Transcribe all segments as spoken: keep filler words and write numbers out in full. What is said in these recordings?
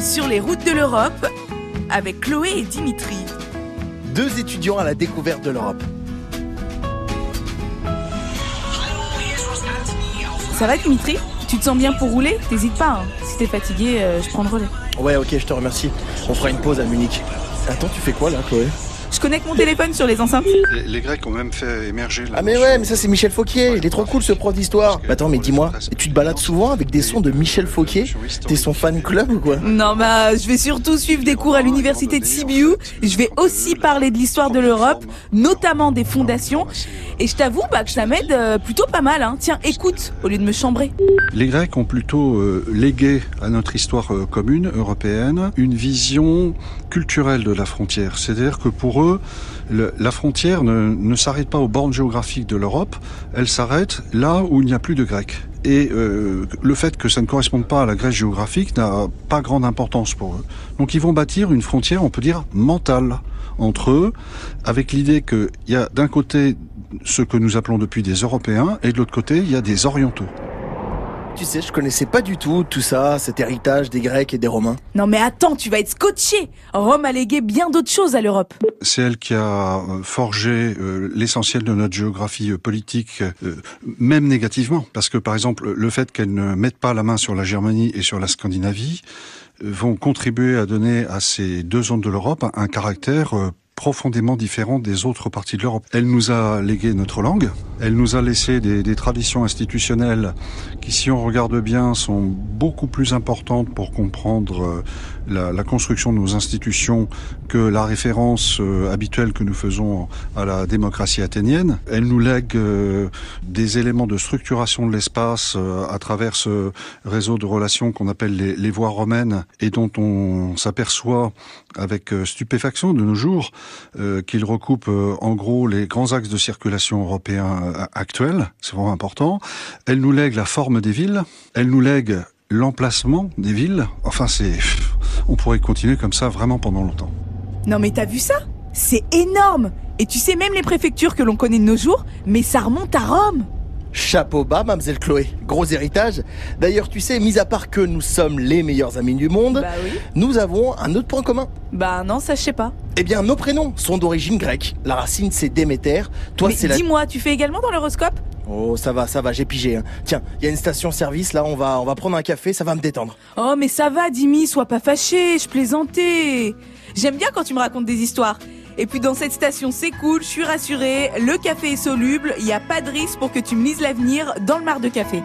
Sur les routes de l'Europe, avec Chloé et Dimitri. Deux étudiants à la découverte de l'Europe. Ça va Dimitri ? Tu te sens bien pour rouler ? T'hésites pas, hein. Si t'es fatigué, euh, je prends le relais. Ouais, ok, je te remercie. On fera une pause à Munich. Attends, tu fais quoi là, Chloé ? Je connecte mon téléphone sur les enceintes. Les, les Grecs ont même fait émerger la... Ah mais ouais, mais ça c'est Michel Fauquier, il est trop cool ce prof d'histoire. Bah attends, mais dis-moi, tu te balades souvent avec des sons de Michel Fauquier ? T'es son fan club ou quoi ? Non bah, je vais surtout suivre des cours à l'université de Sibiu. Je vais aussi parler de l'histoire de l'Europe, notamment des fondations. Et je t'avoue bah, que ça m'aide euh, plutôt pas mal. Hein. Tiens, écoute, au lieu de me chambrer. Les Grecs ont plutôt euh, légué à notre histoire euh, commune, européenne, une vision culturelle de la frontière. C'est-à-dire que pour eux, le, la frontière ne, ne s'arrête pas aux bornes géographiques de l'Europe, elle s'arrête là où il n'y a plus de Grecs. Et euh, le fait que ça ne corresponde pas à la Grèce géographique n'a pas grande importance pour eux. Donc ils vont bâtir une frontière, on peut dire, mentale entre eux, avec l'idée qu'il y a d'un côté ce que nous appelons depuis des Européens, et de l'autre côté, il y a des Orientaux. Tu sais, je connaissais pas du tout tout ça, cet héritage des Grecs et des Romains. Non mais attends, tu vas être scotché. Rome a légué bien d'autres choses à l'Europe. C'est elle qui a forgé euh, l'essentiel de notre géographie euh, politique, euh, même négativement. Parce que, par exemple, le fait qu'elle ne mette pas la main sur la Germanie et sur la Scandinavie euh, vont contribuer à donner à ces deux zones de l'Europe un, un caractère euh, profondément différent des autres parties de l'Europe. Elle nous a légué notre langue, elle nous a laissé des, des traditions institutionnelles qui, si on regarde bien, sont beaucoup plus importantes pour comprendre la, la construction de nos institutions que la référence euh, habituelle que nous faisons à la démocratie athénienne. Elle nous lègue euh, des éléments de structuration de l'espace euh, à travers ce réseau de relations qu'on appelle les, les voies romaines et dont on s'aperçoit avec euh, stupéfaction de nos jours euh, qu'il recoupe euh, en gros les grands axes de circulation européens euh, actuels. C'est vraiment important. Elle nous lègue la forme des villes. Elle nous lègue l'emplacement des villes. Enfin, c'est... On pourrait continuer comme ça vraiment pendant longtemps. Non mais t'as vu ça ? C'est énorme. Et tu sais, même les préfectures que l'on connaît de nos jours, mais ça remonte à Rome. Chapeau bas, mademoiselle Chloé. Gros héritage. D'ailleurs, tu sais, mis à part que nous sommes les meilleurs amis du monde, Bah oui. nous avons un autre point commun. Bah non, ça je sais pas. Eh bien, nos prénoms sont d'origine grecque. La racine, c'est Déméter. Toi, Mais c'est la... dis-moi, tu fais également dans l'horoscope ? Oh, ça va, ça va, j'ai pigé. Hein. Tiens, il y a une station-service, là, on va, on va prendre un café, ça va me détendre. Oh mais ça va, Dimi, sois pas fâché, je plaisantais. J'aime bien quand tu me racontes des histoires. Et puis dans cette station, c'est cool, je suis rassurée, le café est soluble, il n'y a pas de risque pour que tu me lises l'avenir dans le mar de café.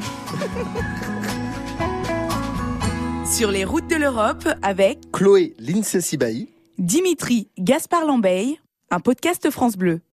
Sur les routes de l'Europe avec Chloé Lincey-Sibahi. Dimitri Gaspard-Lambeille, un podcast France Bleu.